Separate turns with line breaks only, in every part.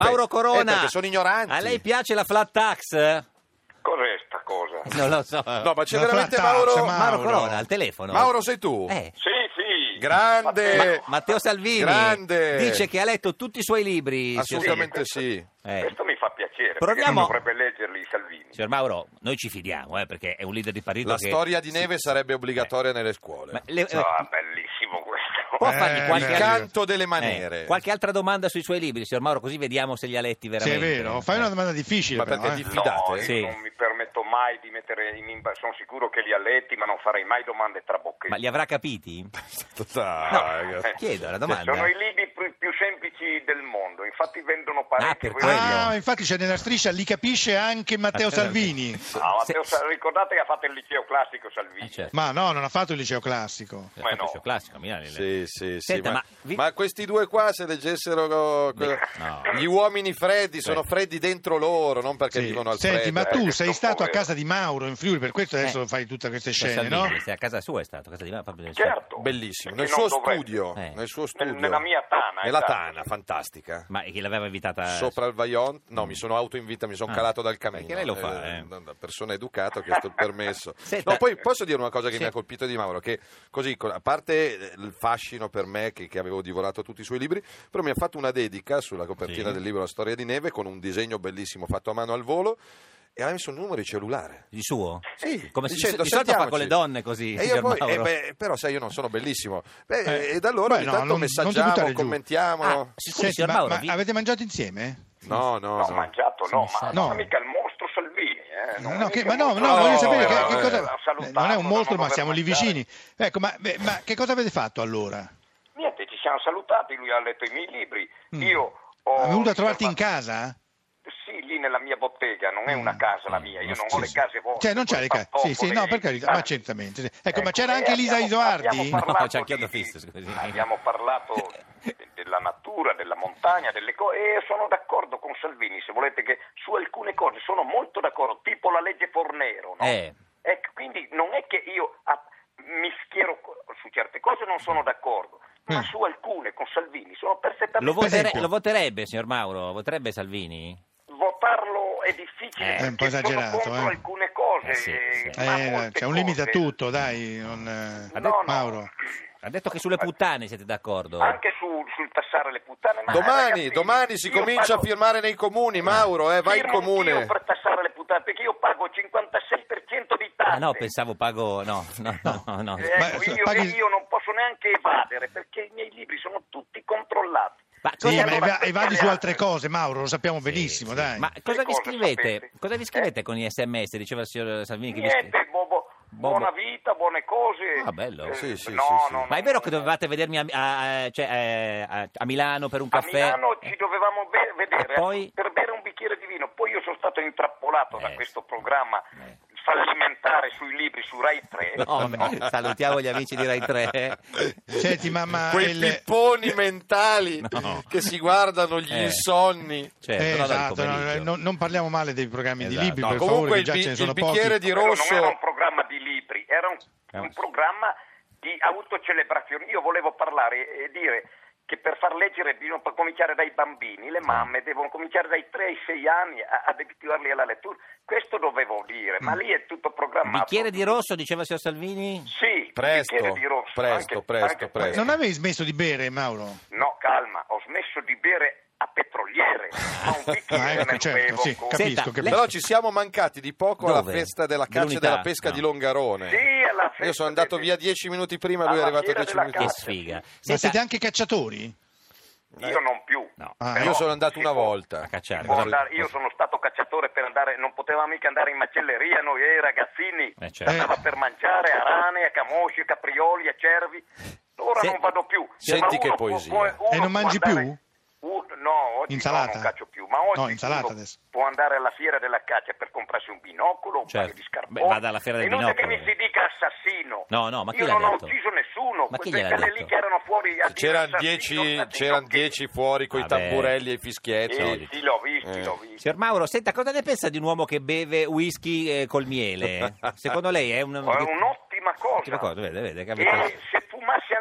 Mauro Corona,
perché sono ignoranti.
a lei piace la flat tax?
Cos'è sta cosa?
Non lo so.
No, ma c'è
La
veramente
flat tax,
Mauro.
Mauro Corona, al telefono.
Mauro, sei tu?
Sì.
Grande.
Matteo Salvini
Grande.
dice che ha letto tutti i suoi libri.
Assolutamente sì.
Questo mi fa piacere.
Proviamo-
Perché non dovrebbe leggerli Salvini.
Signor Mauro, noi ci fidiamo, perché è un leader di partito
La
che...
storia di neve sarebbe obbligatoria nelle scuole.
Ma
Bellissimo questo.
può fargli qualche...
Il canto delle maniere.
qualche altra domanda sui suoi libri, signor Mauro, così vediamo se li ha letti
Sì,
veramente.
è vero. Fai una domanda difficile,
Ma
però,
perché
eh.
diffidate?
No, io
Sì.
non mi permetto mai di mettere sono sicuro che li ha letti, ma non farei mai domande trabocchetto.
Ma li avrà capiti? Chiedo la domanda.
Sono i libri più semplici del mondo, infatti vendono parecchio.
per quello.
Infatti c'è nella striscia, li capisce anche Matteo Salvini.
Matteo, ricordate che ha fatto il liceo classico Salvini.
Certo.
Ma no, non ha fatto il liceo classico.
Ha fatto il
no.
liceo classico a Milano.
Sì,
Senta,
ma,
ma-
ma questi due qua, se leggessero
no.
gli uomini freddi, sono freddi dentro loro, non perché
Sì.
vivono al
Senti,
freddo.
ma tu
questo
sei
è un
stato
po'
a
vero.
casa di Mauro in Friuli, per questo adesso fai tutte queste scene, no?
Salvini, se a casa sua è stato, a casa di me, proprio del
Certo.
Bellissimo,
Perché
nel suo
non dovrebbe.
studio,
Eh.
nel suo studio.
Nella mia tana.
Nella
esatto.
tana, fantastica.
Ma chi l'aveva invitata?
Sopra il Vajont, no, mi sono autoinvitato, mi sono calato dal camino.
perché lei lo fa,
Da persona educata ho chiesto il permesso.
Senta-
No, poi posso dire una cosa che
Sì.
mi ha colpito di Mauro, che così, a parte il fascino per me, che avevo divorato tutti i suoi libri, però mi ha fatto una dedica sulla copertina
Sì.
del libro La storia di neve, con un disegno bellissimo fatto a mano al volo, e ha messo il numero di cellulare.
Di suo?
Sì,
Come
dicendo,
di solito fa con
"Sentiamoci".
le donne così,
E io
signor
poi,
Mauro.
però sai, io non sono bellissimo. E da allora ogni
no,
tanto
non ti
messaggiamo,
buttare giù.
commentiamo.
Scusi,
Senti,
signor
ma,
Mauro,
ma avete mangiato insieme?
No.
No, mangiato no, ma
No.
non è mica il mostro Salvini. Non
No,
è
che,
mica
ma no,
il mostro-
no, voglio sapere
no,
che cosa...
salutarlo,
non è un mostro,
non
ma siamo lì
dover
vicini. Ecco, ma che cosa avete fatto allora?
Niente, ci siamo salutati, lui ha letto i miei libri, io ho...
È venuto a trovarti in casa?
Sì, lì nella mia bottega, non è una casa la mia, io non ho le case vostre.
Cioè, non c'è le case. Sì, no, per carità, ma certamente. Ecco,
Ecco,
ma c'era anche Elisa Isoardi?
abbiamo parlato
No, c'è anche
di-
Aldo Fisso, scusi.
Abbiamo parlato della natura, della montagna, delle cose, e sono d'accordo con Salvini, se volete, che su alcune cose sono molto d'accordo, tipo la legge Fornero, no? Ecco, quindi non è che io mi schiero su certe cose, non sono d'accordo, ma su alcune con Salvini sono perfettamente
esempio?
Lo voterebbe, signor Mauro? Voterebbe Salvini?
Votarlo è difficile,
È un po'
perché
esagerato,
sono contro alcune cose,
sì.
ma molte
C'è un limite a
cose.
tutto, dai.
No.
Mauro.
Ha detto che sulle puttane siete d'accordo?
Anche sul tassare le puttane. Ma
Domani,
ragazzi,
si
io
comincia a
pago-
firmare nei comuni, Mauro, vai in
firmo
comune.
anch'io per tassare le puttane, perché io pago il 56% di tasse.
Ah no, pensavo pago... No.
Ecco,
Ma, paghi-
io non posso neanche evadere, perché i miei libri sono tutti controllati.
Ma
Sì,
cosa,
ma evadi su altre cose, Mauro, lo sappiamo benissimo, dai.
ma cosa vi
Che cosa
scrivete?
sapete?
Cosa vi scrivete con gli SMS? Diceva il signor Salvini che vi
Niente, buona vita, buone cose.
Ah, bello.
Sì, sì,
no,
sì, sì.
no,
Ma è vero che dovevate vedermi a Milano per un
a
caffè?
Milano ci dovevamo vedere
poi?
per bere un bicchiere di vino. Poi io sono stato intrappolato da questo programma
Eh.
fallimentare sui libri su Rai 3.
No, vabbè, salutiamo gli amici di Rai 3.
Senti, ma
Quei pipponi mentali
No.
che si guardano gli insonni.
Certo, no, dal
esatto,
pomeriggio.
non parliamo male dei programmi di
Esatto.
libri,
No,
per
comunque
favore,
il,
che già ce ne sono
il bicchiere
pochi.
di
Quello
rosso...
non era un programma di libri, era un programma di autocelebrazione. Io volevo parlare e dire che per far leggere bisogna cominciare dai bambini, le mamme devono cominciare dai 3 ai 6 anni a abituarli alla lettura. Questo dovevo dire, ma lì è tutto programmato.
Bicchiere di rosso, diceva il signor Salvini?
Sì,
Presto,
bicchiere di rosso.
presto.
Non avevi smesso di bere, Mauro?
No, calma, ho smesso di bere a petroliere, ma un bicchiere
ecco,
ne
certo,
bevo
sì,
con-
capisco.
Senta,
Però ci siamo mancati di poco alla
Dove?
festa della caccia e
Dell'unità?
della pesca
No.
di Longarone.
Sì, alla festa
Io sono andato
del-
via 10 minuti prima, lui è
alla
arrivato
fiera
10
della
minuti
Che
dopo.
caccia.
sfiga.
Ma
Senta,
siete anche cacciatori?
Io non più.
No.
Ah,
Io sono andato
si
una
può-
volta.
a cacciare.
Può
Cosa-
andare- io sono stato cacciatore per andare, non potevamo mica andare in macelleria noi ragazzini,
certo.
andava per mangiare a rane, a camosci, a caprioli, a cervi. Ora
Se-
non vado più.
Senti
Ma
che
uno
poesia.
uno
E non
può
mangi
andare-
più?
No, oggi
Insalata?
non caccio più, ma oggi
No, insalata
uno
adesso.
può andare alla fiera della caccia per comprarsi un binocolo, un
Certo.
paio di scarponi.
Beh, vada alla fiera del
È inutile che
binocolo.
mi si dica assassino.
No, ma chi
io
l'ha
non ho
detto?
ucciso nessuno.
Ma chi
Quelle
gliel'ha
lì
detto?
che erano fuori a dire
C'erano
assassino,
10 fuori con i
Vabbè.
tamburelli e i fischietti.
Sì, l'ho visto.
Signor Mauro, senta, cosa ne pensa di un uomo che beve whisky col miele? Secondo lei è
È un'ottima cosa.
Ottima cosa, vede che
E se fumassi anche il toscano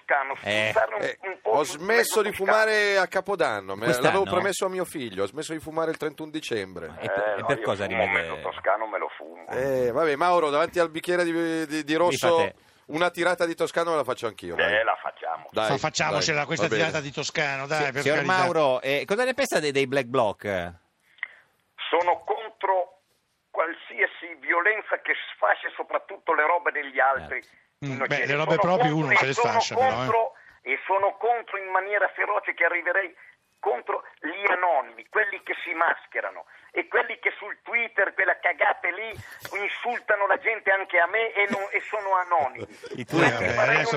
toscano, un po'
ho smesso di fumare a Capodanno,
Quest'anno?
l'avevo promesso a mio figlio, ho smesso di fumare il 31 dicembre.
E per cosa rimane?
Il toscano me lo fumo.
Vabbè, Mauro, davanti al bicchiere di rosso
fate-
una tirata di Toscano me la faccio anch'io. Vai.
La facciamo.
Dai,
Facciamocela
dai,
questa
va bene.
tirata di Toscano, dai, per
Signor
carità.
Mauro, cosa ne pensa dei Black Bloc?
Sono contro qualsiasi violenza che sfascia soprattutto le robe degli altri.
le robe proprie uno non se le sfascia, però.
E sono contro in maniera feroce, che arriverei contro gli anonimi, quelli che si mascherano e quelli che sul Twitter, quella cagate lì, insultano la gente, anche a me, e sono anonimi.
I Twitter.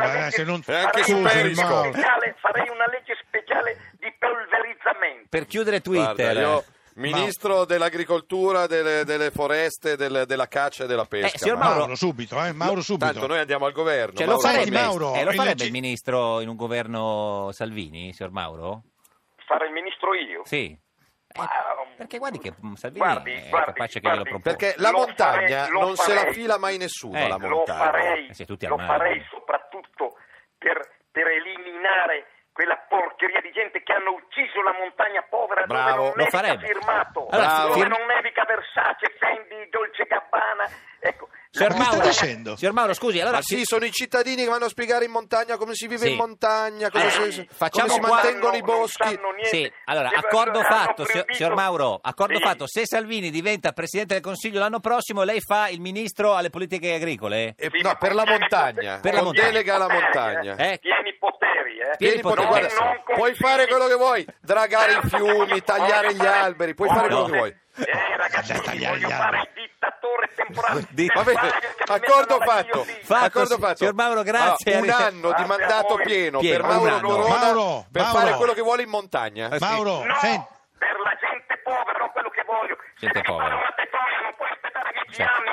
Farei una legge speciale di polverizzazione.
Per chiudere Twitter.
Guarda, io ministro dell'agricoltura, delle foreste, della caccia e della pesca.
Signor
Mauro subito, Mauro subito.
Tanto noi andiamo al governo.
Cioè,
Mauro,
lo farebbe,
Mauro,
lo farebbe il ministro in un governo Salvini, signor Mauro?
Fare il ministro io?
Sì. Perché guardi che Salvini è capace che glielo propone.
perché la montagna non se la fila mai nessuno, la montagna.
Lo farei soprattutto per eliminare quella porcheria di gente che hanno ucciso la montagna povera.
Bravo,
dove non nevica firmato, dove non nevica Versace, Fendi, Dolce Gabbana. Ecco.
Signor Mauro, scusi, allora
Ma sì, sono i cittadini che vanno a spiegare in montagna come si vive in montagna, come si
facciamo
mantengono i boschi.
Sì, allora, accordo fatto, signor Mauro, fatto. Se Salvini diventa Presidente del Consiglio l'anno prossimo, lei fa il ministro alle politiche agricole?
No, per la montagna, con delega alla montagna.
Pieni poteri,
Pieni poteri.
Guarda, puoi fare quello che vuoi, dragare i fiumi, tagliare gli alberi, puoi fare quello che vuoi.
Ragazzi, voglio fare il dittatore temporale.
Va bene, accordo fatto.
Signor Mauro, grazie.
Un anno di mandato pieno per Mauro Corona per fare quello che vuole in montagna.
Mauro,
no, per la gente povera, non quello che voglio.
Gente povera.
Non puoi aspettare 10 anni